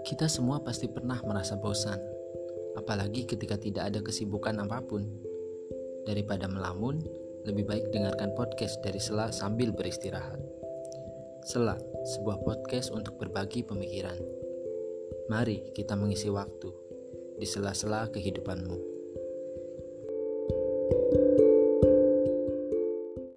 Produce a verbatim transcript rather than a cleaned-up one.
Kita semua pasti pernah merasa bosan, apalagi ketika tidak ada kesibukan apapun. Daripada melamun, lebih baik dengarkan podcast dari Sela sambil beristirahat. Sela, sebuah podcast untuk berbagi pemikiran. Mari kita mengisi waktu di sela-sela kehidupanmu.